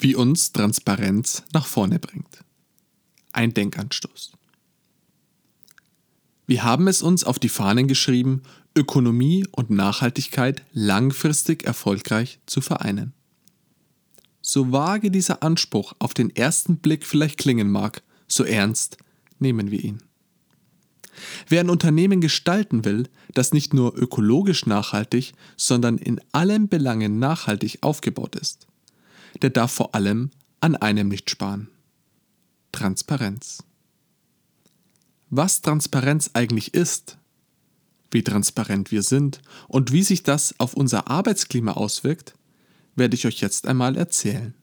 wie uns Transparenz nach vorne bringt. Ein Denkanstoß. Wir haben es uns auf die Fahnen geschrieben, Ökonomie und Nachhaltigkeit langfristig erfolgreich zu vereinen. So vage dieser Anspruch auf den ersten Blick vielleicht klingen mag, so ernst nehmen wir ihn. Wer ein Unternehmen gestalten will, das nicht nur ökologisch nachhaltig, sondern in allen Belangen nachhaltig aufgebaut ist, der darf vor allem an einem nicht sparen: Transparenz. Was Transparenz eigentlich ist, wie transparent wir sind und wie sich das auf unser Arbeitsklima auswirkt, werde ich euch jetzt einmal erzählen.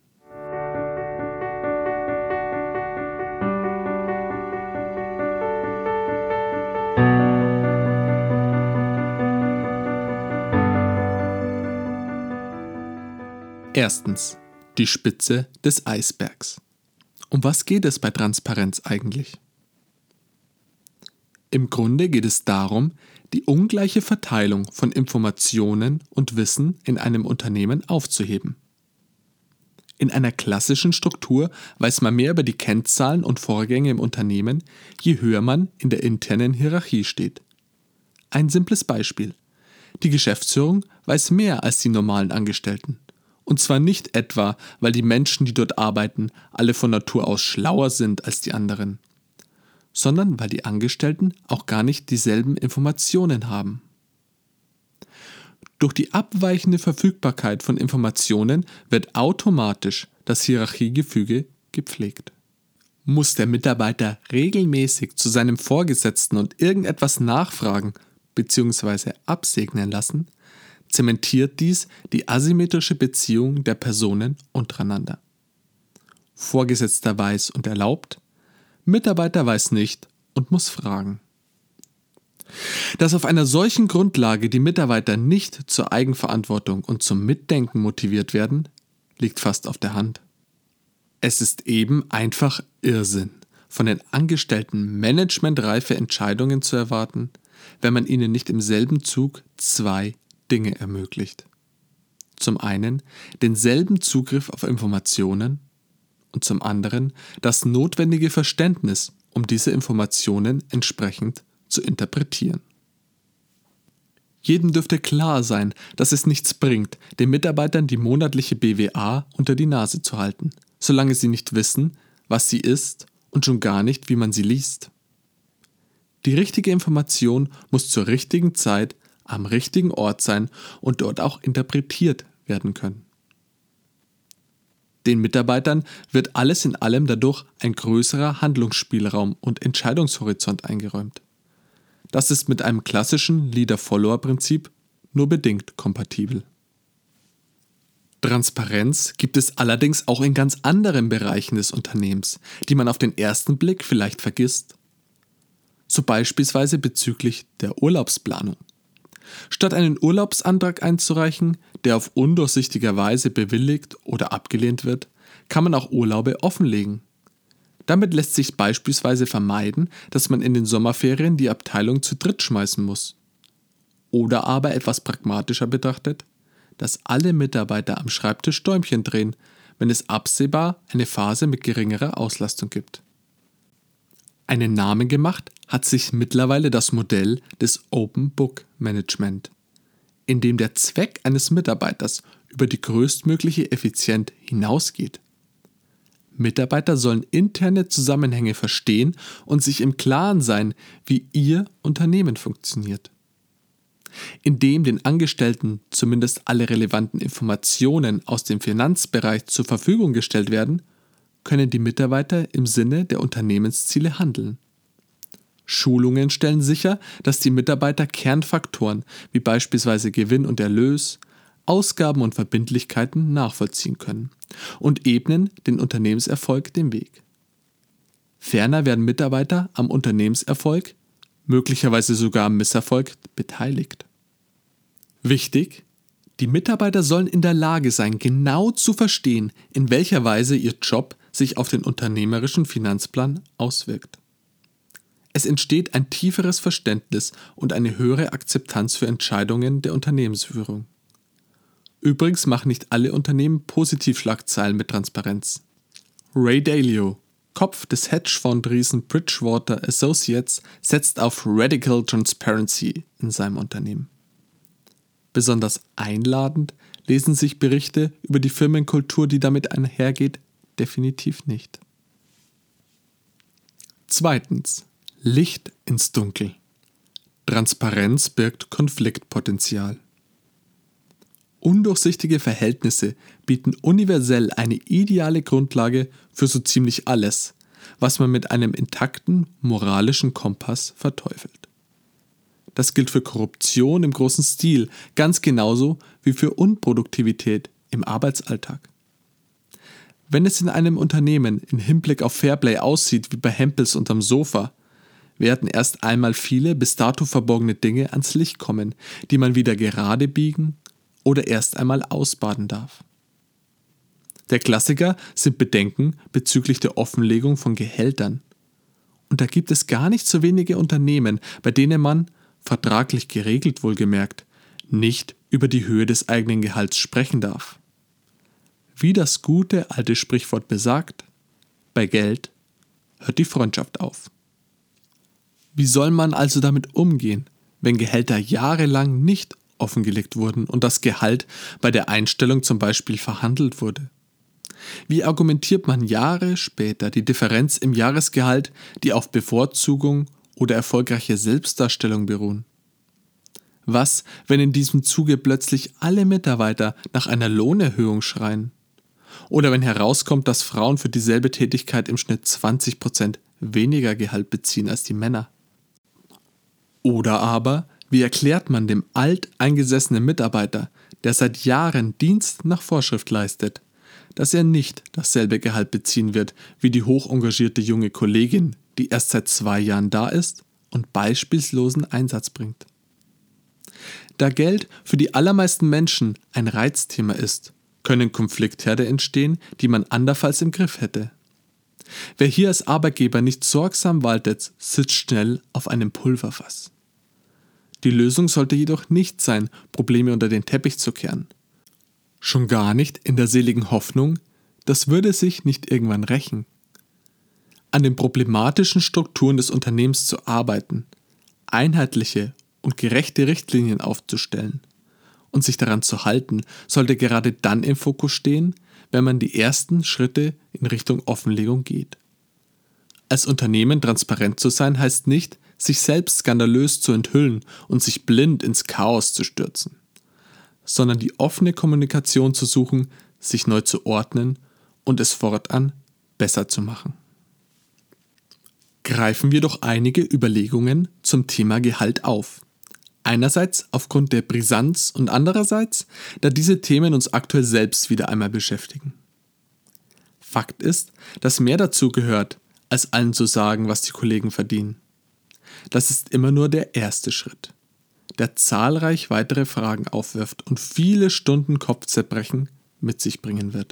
Erstens, die Spitze des Eisbergs. Um was geht es bei Transparenz eigentlich? Im Grunde geht es darum, die ungleiche Verteilung von Informationen und Wissen in einem Unternehmen aufzuheben. In einer klassischen Struktur weiß man mehr über die Kennzahlen und Vorgänge im Unternehmen, je höher man in der internen Hierarchie steht. Ein simples Beispiel: Die Geschäftsführung weiß mehr als die normalen Angestellten. Und zwar nicht etwa, weil die Menschen, die dort arbeiten, alle von Natur aus schlauer sind als die anderen, sondern weil die Angestellten auch gar nicht dieselben Informationen haben. Durch die abweichende Verfügbarkeit von Informationen wird automatisch das Hierarchiegefüge gepflegt. Muss der Mitarbeiter regelmäßig zu seinem Vorgesetzten und irgendetwas nachfragen bzw. absegnen lassen, zementiert dies die asymmetrische Beziehung der Personen untereinander. Vorgesetzter weiß und erlaubt, Mitarbeiter weiß nicht und muss fragen. Dass auf einer solchen Grundlage die Mitarbeiter nicht zur Eigenverantwortung und zum Mitdenken motiviert werden, liegt fast auf der Hand. Es ist eben einfach Irrsinn, von den Angestellten managementreife Entscheidungen zu erwarten, wenn man ihnen nicht im selben Zug zwei Dinge ermöglicht. Zum einen denselben Zugriff auf Informationen und zum anderen das notwendige Verständnis, um diese Informationen entsprechend zu interpretieren. Jedem dürfte klar sein, dass es nichts bringt, den Mitarbeitern die monatliche BWA unter die Nase zu halten, solange sie nicht wissen, was sie ist und schon gar nicht, wie man sie liest. Die richtige Information muss zur richtigen Zeit am richtigen Ort sein und dort auch interpretiert werden können. Den Mitarbeitern wird alles in allem dadurch ein größerer Handlungsspielraum und Entscheidungshorizont eingeräumt. Das ist mit einem klassischen Leader-Follower-Prinzip nur bedingt kompatibel. Transparenz gibt es allerdings auch in ganz anderen Bereichen des Unternehmens, die man auf den ersten Blick vielleicht vergisst. So beispielsweise bezüglich der Urlaubsplanung. Statt einen Urlaubsantrag einzureichen, der auf undurchsichtiger Weise bewilligt oder abgelehnt wird, kann man auch Urlaube offenlegen. Damit lässt sich beispielsweise vermeiden, dass man in den Sommerferien die Abteilung zu dritt schmeißen muss. Oder aber etwas pragmatischer betrachtet, dass alle Mitarbeiter am Schreibtisch Däumchen drehen, wenn es absehbar eine Phase mit geringerer Auslastung gibt. Einen Namen gemacht hat sich mittlerweile das Modell des Open Book Management, in dem der Zweck eines Mitarbeiters über die größtmögliche Effizienz hinausgeht. Mitarbeiter sollen interne Zusammenhänge verstehen und sich im Klaren sein, wie ihr Unternehmen funktioniert. Indem den Angestellten zumindest alle relevanten Informationen aus dem Finanzbereich zur Verfügung gestellt werden, können die Mitarbeiter im Sinne der Unternehmensziele handeln. Schulungen stellen sicher, dass die Mitarbeiter Kernfaktoren wie beispielsweise Gewinn und Erlös, Ausgaben und Verbindlichkeiten nachvollziehen können und ebnen den Unternehmenserfolg den Weg. Ferner werden Mitarbeiter am Unternehmenserfolg, möglicherweise sogar am Misserfolg, beteiligt. Wichtig: Die Mitarbeiter sollen in der Lage sein, genau zu verstehen, in welcher Weise ihr Job sich auf den unternehmerischen Finanzplan auswirkt. Es entsteht ein tieferes Verständnis und eine höhere Akzeptanz für Entscheidungen der Unternehmensführung. Übrigens machen nicht alle Unternehmen Positivschlagzeilen mit Transparenz. Ray Dalio, Kopf des Hedgefonds-Riesen Bridgewater Associates, setzt auf Radical Transparency in seinem Unternehmen. Besonders einladend lesen sich Berichte über die Firmenkultur, die damit einhergeht, definitiv nicht. Zweitens. Licht ins Dunkel. Transparenz birgt Konfliktpotenzial. Undurchsichtige Verhältnisse bieten universell eine ideale Grundlage für so ziemlich alles, was man mit einem intakten moralischen Kompass verteufelt. Das gilt für Korruption im großen Stil, ganz genauso wie für Unproduktivität im Arbeitsalltag. Wenn es in einem Unternehmen im Hinblick auf Fairplay aussieht wie bei Hempels unterm Sofa, werden erst einmal viele bis dato verborgene Dinge ans Licht kommen, die man wieder gerade biegen oder erst einmal ausbaden darf. Der Klassiker sind Bedenken bezüglich der Offenlegung von Gehältern. Und da gibt es gar nicht so wenige Unternehmen, bei denen man, vertraglich geregelt wohlgemerkt, nicht über die Höhe des eigenen Gehalts sprechen darf. Wie das gute alte Sprichwort besagt, bei Geld hört die Freundschaft auf. Wie soll man also damit umgehen, wenn Gehälter jahrelang nicht offengelegt wurden und das Gehalt bei der Einstellung zum Beispiel verhandelt wurde? Wie argumentiert man Jahre später die Differenz im Jahresgehalt, die auf Bevorzugung oder erfolgreiche Selbstdarstellung beruhen? Was, wenn in diesem Zuge plötzlich alle Mitarbeiter nach einer Lohnerhöhung schreien? Oder wenn herauskommt, dass Frauen für dieselbe Tätigkeit im Schnitt 20% weniger Gehalt beziehen als die Männer? Oder aber, wie erklärt man dem alteingesessenen Mitarbeiter, der seit Jahren Dienst nach Vorschrift leistet, dass er nicht dasselbe Gehalt beziehen wird wie die hochengagierte junge Kollegin, die erst seit 2 Jahren da ist und beispiellosen Einsatz bringt? Da Geld für die allermeisten Menschen ein Reizthema ist, können Konfliktherde entstehen, die man andernfalls im Griff hätte. Wer hier als Arbeitgeber nicht sorgsam waltet, sitzt schnell auf einem Pulverfass. Die Lösung sollte jedoch nicht sein, Probleme unter den Teppich zu kehren. Schon gar nicht in der seligen Hoffnung, das würde sich nicht irgendwann rächen. An den problematischen Strukturen des Unternehmens zu arbeiten, einheitliche und gerechte Richtlinien aufzustellen und sich daran zu halten, sollte gerade dann im Fokus stehen, wenn man die ersten Schritte in Richtung Offenlegung geht. Als Unternehmen transparent zu sein, heißt nicht, sich selbst skandalös zu enthüllen und sich blind ins Chaos zu stürzen, sondern die offene Kommunikation zu suchen, sich neu zu ordnen und es fortan besser zu machen. Greifen wir doch einige Überlegungen zum Thema Gehalt auf. Einerseits aufgrund der Brisanz und andererseits, da diese Themen uns aktuell selbst wieder einmal beschäftigen. Fakt ist, dass mehr dazu gehört, als allen zu sagen, was die Kollegen verdienen. Das ist immer nur der erste Schritt, der zahlreich weitere Fragen aufwirft und viele Stunden Kopfzerbrechen mit sich bringen wird.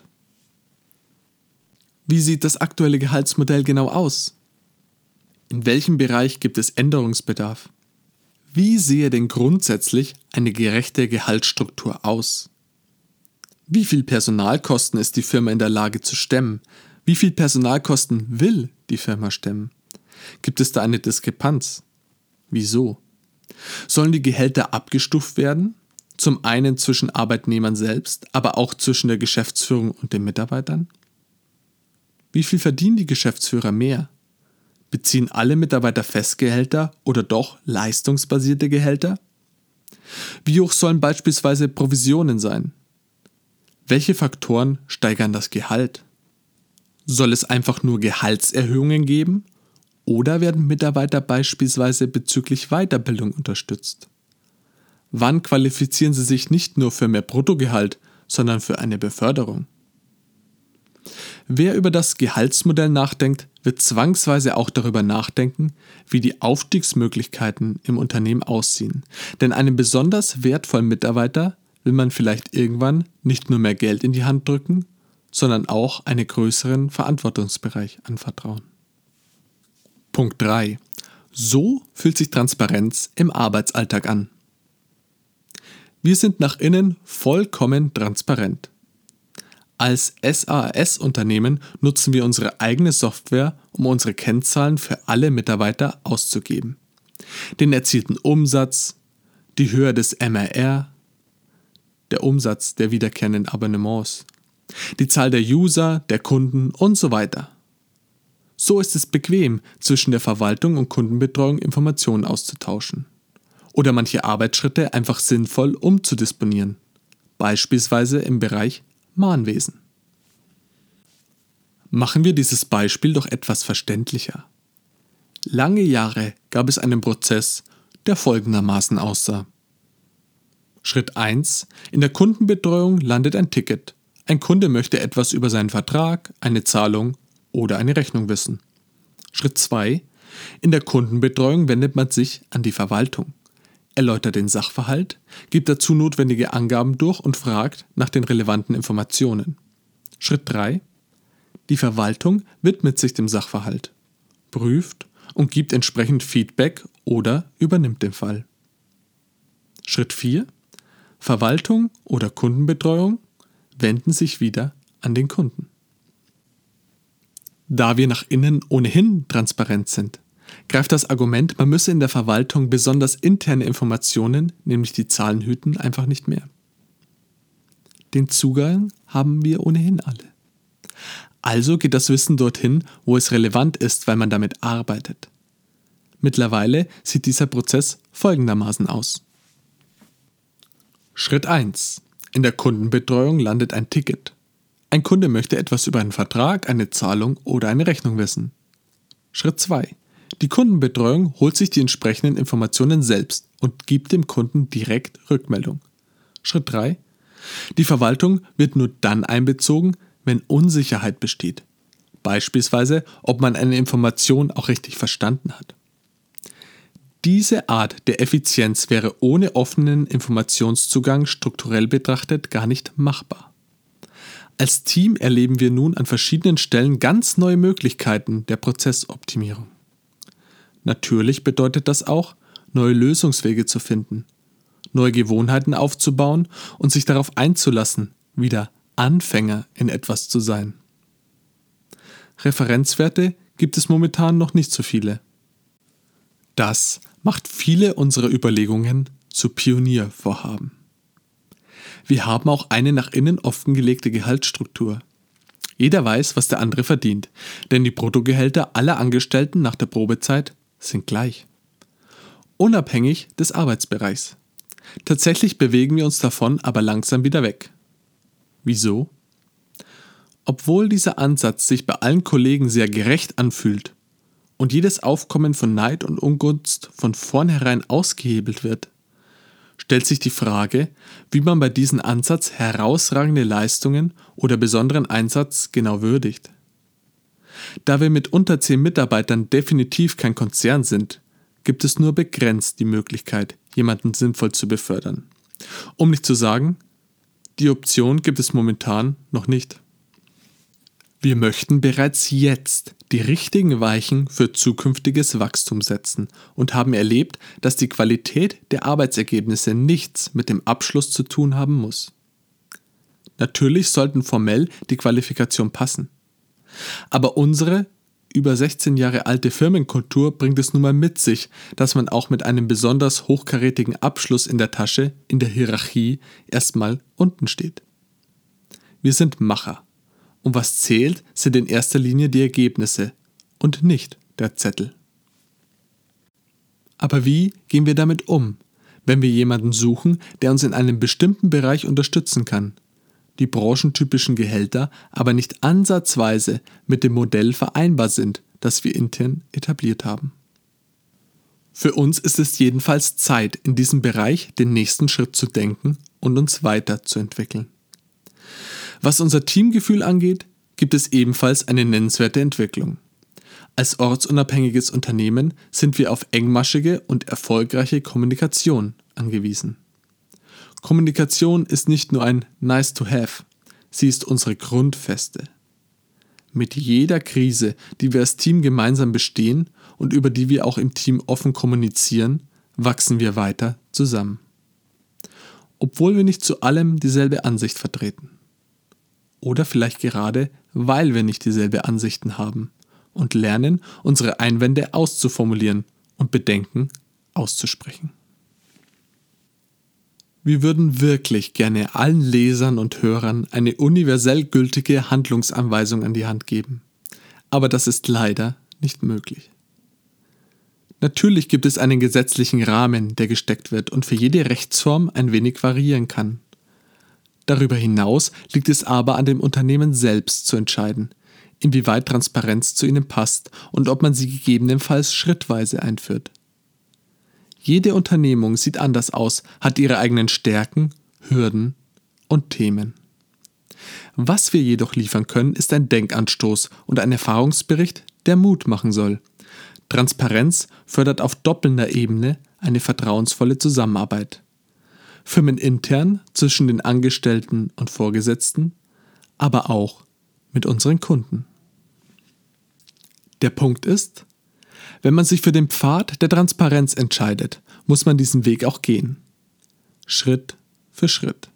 Wie sieht das aktuelle Gehaltsmodell genau aus? In welchem Bereich gibt es Änderungsbedarf? Wie sehe denn grundsätzlich eine gerechte Gehaltsstruktur aus? Wie viel Personalkosten ist die Firma in der Lage zu stemmen? Wie viel Personalkosten will die Firma stemmen? Gibt es da eine Diskrepanz? Wieso? Sollen die Gehälter abgestuft werden? Zum einen zwischen Arbeitnehmern selbst, aber auch zwischen der Geschäftsführung und den Mitarbeitern? Wie viel verdienen die Geschäftsführer mehr? Beziehen alle Mitarbeiter Festgehälter oder doch leistungsbasierte Gehälter? Wie hoch sollen beispielsweise Provisionen sein? Welche Faktoren steigern das Gehalt? Soll es einfach nur Gehaltserhöhungen geben? Oder werden Mitarbeiter beispielsweise bezüglich Weiterbildung unterstützt? Wann qualifizieren sie sich nicht nur für mehr Bruttogehalt, sondern für eine Beförderung? Wer über das Gehaltsmodell nachdenkt, wird zwangsweise auch darüber nachdenken, wie die Aufstiegsmöglichkeiten im Unternehmen aussehen. Denn einem besonders wertvollen Mitarbeiter will man vielleicht irgendwann nicht nur mehr Geld in die Hand drücken, sondern auch einen größeren Verantwortungsbereich anvertrauen. Punkt 3. So fühlt sich Transparenz im Arbeitsalltag an. Wir sind nach innen vollkommen transparent. Als SaaS-Unternehmen nutzen wir unsere eigene Software, um unsere Kennzahlen für alle Mitarbeiter auszugeben. Den erzielten Umsatz, die Höhe des MRR, der Umsatz der wiederkehrenden Abonnements, die Zahl der User, der Kunden und so weiter. So ist es bequem, zwischen der Verwaltung und Kundenbetreuung Informationen auszutauschen. Oder manche Arbeitsschritte einfach sinnvoll umzudisponieren. Beispielsweise im Bereich Mahnwesen. Machen wir dieses Beispiel doch etwas verständlicher. Lange Jahre gab es einen Prozess, der folgendermaßen aussah. Schritt 1. In der Kundenbetreuung landet ein Ticket. Ein Kunde möchte etwas über seinen Vertrag, eine Zahlung oder eine Rechnung wissen. Schritt 2. In der Kundenbetreuung wendet man sich an die Verwaltung, erläutert den Sachverhalt, gibt dazu notwendige Angaben durch und fragt nach den relevanten Informationen. Schritt 3. Die Verwaltung widmet sich dem Sachverhalt, prüft und gibt entsprechend Feedback oder übernimmt den Fall. Schritt 4. Verwaltung oder Kundenbetreuung wenden sich wieder an den Kunden. Da wir nach innen ohnehin transparent sind, greift das Argument, man müsse in der Verwaltung besonders interne Informationen, nämlich die Zahlen hüten, einfach nicht mehr. Den Zugang haben wir ohnehin alle. Also geht das Wissen dorthin, wo es relevant ist, weil man damit arbeitet. Mittlerweile sieht dieser Prozess folgendermaßen aus. Schritt 1. In der Kundenbetreuung landet ein Ticket. Ein Kunde möchte etwas über einen Vertrag, eine Zahlung oder eine Rechnung wissen. Schritt 2. Die Kundenbetreuung holt sich die entsprechenden Informationen selbst und gibt dem Kunden direkt Rückmeldung. Schritt 3. Die Verwaltung wird nur dann einbezogen, wenn Unsicherheit besteht. Beispielsweise, ob man eine Information auch richtig verstanden hat. Diese Art der Effizienz wäre ohne offenen Informationszugang strukturell betrachtet gar nicht machbar. Als Team erleben wir nun an verschiedenen Stellen ganz neue Möglichkeiten der Prozessoptimierung. Natürlich bedeutet das auch, neue Lösungswege zu finden, neue Gewohnheiten aufzubauen und sich darauf einzulassen, wieder Anfänger in etwas zu sein. Referenzwerte gibt es momentan noch nicht so viele. Das macht viele unserer Überlegungen zu Pioniervorhaben. Wir haben auch eine nach innen offengelegte Gehaltsstruktur. Jeder weiß, was der andere verdient, denn die Bruttogehälter aller Angestellten nach der Probezeit sind gleich. Unabhängig des Arbeitsbereichs. Tatsächlich bewegen wir uns davon aber langsam wieder weg. Wieso? Obwohl dieser Ansatz sich bei allen Kollegen sehr gerecht anfühlt und jedes Aufkommen von Neid und Ungunst von vornherein ausgehebelt wird, stellt sich die Frage, wie man bei diesem Ansatz herausragende Leistungen oder besonderen Einsatz genau würdigt. Da wir mit unter 10 Mitarbeitern definitiv kein Konzern sind, gibt es nur begrenzt die Möglichkeit, jemanden sinnvoll zu befördern. Um nicht zu sagen, die Option gibt es momentan noch nicht. Wir möchten bereits jetzt die richtigen Weichen für zukünftiges Wachstum setzen und haben erlebt, dass die Qualität der Arbeitsergebnisse nichts mit dem Abschluss zu tun haben muss. Natürlich sollten formell die Qualifikationen passen. Aber unsere über 16 Jahre alte Firmenkultur bringt es nun mal mit sich, dass man auch mit einem besonders hochkarätigen Abschluss in der Tasche in der Hierarchie erstmal unten steht. Wir sind Macher. Und was zählt, sind in erster Linie die Ergebnisse und nicht der Zettel. Aber wie gehen wir damit um, wenn wir jemanden suchen, der uns in einem bestimmten Bereich unterstützen kann, die branchentypischen Gehälter aber nicht ansatzweise mit dem Modell vereinbar sind, das wir intern etabliert haben? Für uns ist es jedenfalls Zeit, in diesem Bereich den nächsten Schritt zu denken und uns weiterzuentwickeln. Was unser Teamgefühl angeht, gibt es ebenfalls eine nennenswerte Entwicklung. Als ortsunabhängiges Unternehmen sind wir auf engmaschige und erfolgreiche Kommunikation angewiesen. Kommunikation ist nicht nur ein Nice to have, sie ist unsere Grundfeste. Mit jeder Krise, die wir als Team gemeinsam bestehen und über die wir auch im Team offen kommunizieren, wachsen wir weiter zusammen. obwohl wir nicht zu allem dieselbe Ansicht vertreten. Oder vielleicht gerade, weil wir nicht dieselbe Ansichten haben und lernen, unsere Einwände auszuformulieren und Bedenken auszusprechen. Wir würden wirklich gerne allen Lesern und Hörern eine universell gültige Handlungsanweisung an die Hand geben. Aber das ist leider nicht möglich. Natürlich gibt es einen gesetzlichen Rahmen, der gesteckt wird und für jede Rechtsform ein wenig variieren kann. Darüber hinaus liegt es aber an dem Unternehmen selbst zu entscheiden, inwieweit Transparenz zu ihnen passt und ob man sie gegebenenfalls schrittweise einführt. Jede Unternehmung sieht anders aus, hat ihre eigenen Stärken, Hürden und Themen. Was wir jedoch liefern können, ist ein Denkanstoß und ein Erfahrungsbericht, der Mut machen soll. Transparenz fördert auf doppelnder Ebene eine vertrauensvolle Zusammenarbeit. Firmenintern zwischen den Angestellten und Vorgesetzten, aber auch mit unseren Kunden. Der Punkt ist, wenn man sich für den Pfad der Transparenz entscheidet, muss man diesen Weg auch gehen. Schritt für Schritt.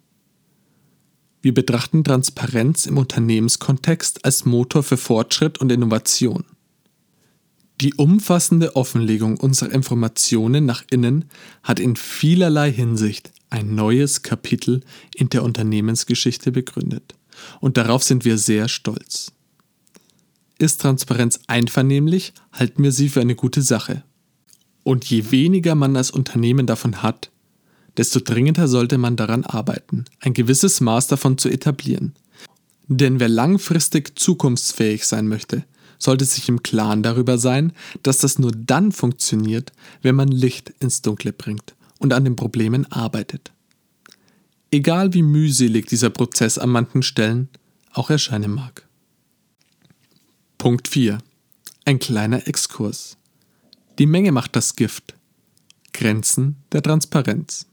Wir betrachten Transparenz im Unternehmenskontext als Motor für Fortschritt und Innovation. Die umfassende Offenlegung unserer Informationen nach innen hat in vielerlei Hinsicht ein neues Kapitel in der Unternehmensgeschichte begründet. Und darauf sind wir sehr stolz. Ist Transparenz einvernehmlich, halten wir sie für eine gute Sache. Und je weniger man als Unternehmen davon hat, desto dringender sollte man daran arbeiten, ein gewisses Maß davon zu etablieren. Denn wer langfristig zukunftsfähig sein möchte, sollte sich im Klaren darüber sein, dass das nur dann funktioniert, wenn man Licht ins Dunkle bringt und an den Problemen arbeitet. Egal wie mühselig dieser Prozess an manchen Stellen auch erscheinen mag. Punkt 4. Ein kleiner Exkurs. Die Menge macht das Gift. Grenzen der Transparenz.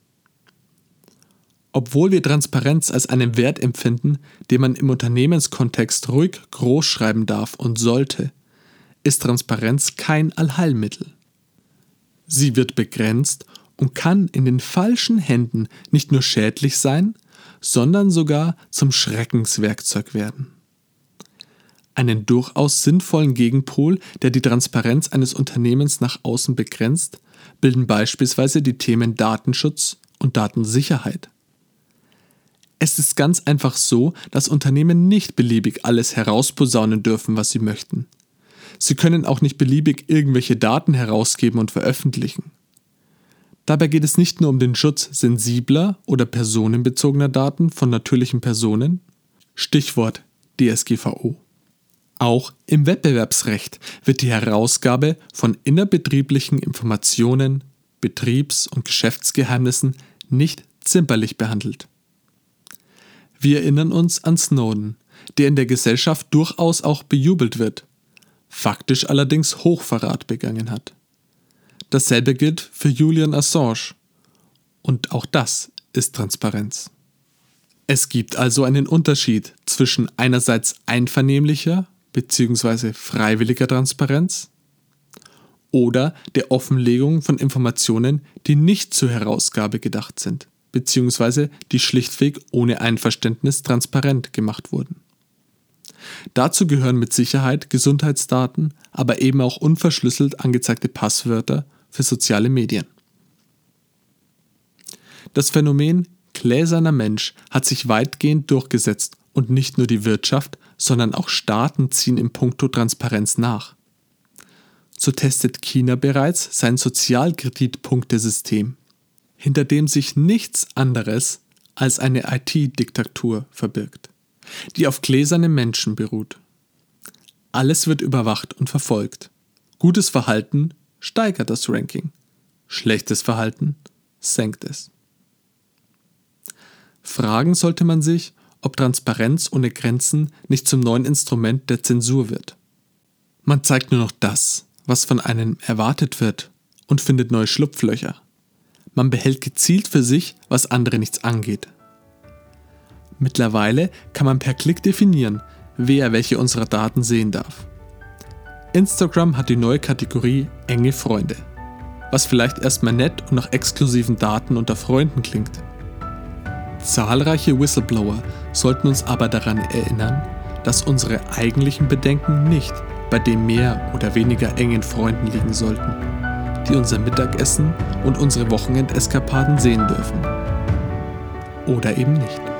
Obwohl wir Transparenz als einen Wert empfinden, den man im Unternehmenskontext ruhig groß schreiben darf und sollte, ist Transparenz kein Allheilmittel. Sie wird begrenzt und kann in den falschen Händen nicht nur schädlich sein, sondern sogar zum Schreckenswerkzeug werden. Einen durchaus sinnvollen Gegenpol, der die Transparenz eines Unternehmens nach außen begrenzt, bilden beispielsweise die Themen Datenschutz und Datensicherheit. Es ist ganz einfach so, dass Unternehmen nicht beliebig alles herausposaunen dürfen, was sie möchten. Sie können auch nicht beliebig irgendwelche Daten herausgeben und veröffentlichen. Dabei geht es nicht nur um den Schutz sensibler oder personenbezogener Daten von natürlichen Personen, Stichwort DSGVO. Auch im Wettbewerbsrecht wird die Herausgabe von innerbetrieblichen Informationen, Betriebs- und Geschäftsgeheimnissen nicht zimperlich behandelt. Wir erinnern uns an Snowden, der in der Gesellschaft durchaus auch bejubelt wird, faktisch allerdings Hochverrat begangen hat. Dasselbe gilt für Julian Assange. Und auch das ist Transparenz. Es gibt also einen Unterschied zwischen einerseits einvernehmlicher bzw. freiwilliger Transparenz oder der Offenlegung von Informationen, die nicht zur Herausgabe gedacht sind, bzw. die schlichtweg ohne Einverständnis transparent gemacht wurden. Dazu gehören mit Sicherheit Gesundheitsdaten, aber eben auch unverschlüsselt angezeigte Passwörter für soziale Medien. Das Phänomen gläserner Mensch hat sich weitgehend durchgesetzt und nicht nur die Wirtschaft, sondern auch Staaten ziehen in puncto Transparenz nach. So testet China bereits sein Sozialkreditpunktesystem, hinter dem sich nichts anderes als eine IT-Diktatur verbirgt, die auf gläsernen Menschen beruht. Alles wird überwacht und verfolgt. Gutes Verhalten steigert das Ranking, schlechtes Verhalten senkt es. Fragen sollte man sich, ob Transparenz ohne Grenzen nicht zum neuen Instrument der Zensur wird. Man zeigt nur noch das, was von einem erwartet wird, und findet neue Schlupflöcher. Man behält gezielt für sich, was andere nichts angeht. Mittlerweile kann man per Klick definieren, wer welche unserer Daten sehen darf. Instagram hat die neue Kategorie enge Freunde, was vielleicht erstmal nett und nach exklusiven Daten unter Freunden klingt. Zahlreiche Whistleblower sollten uns aber daran erinnern, dass unsere eigentlichen Bedenken nicht bei den mehr oder weniger engen Freunden liegen sollten, die unser Mittagessen und unsere Wochenendeskapaden sehen dürfen. Oder eben nicht.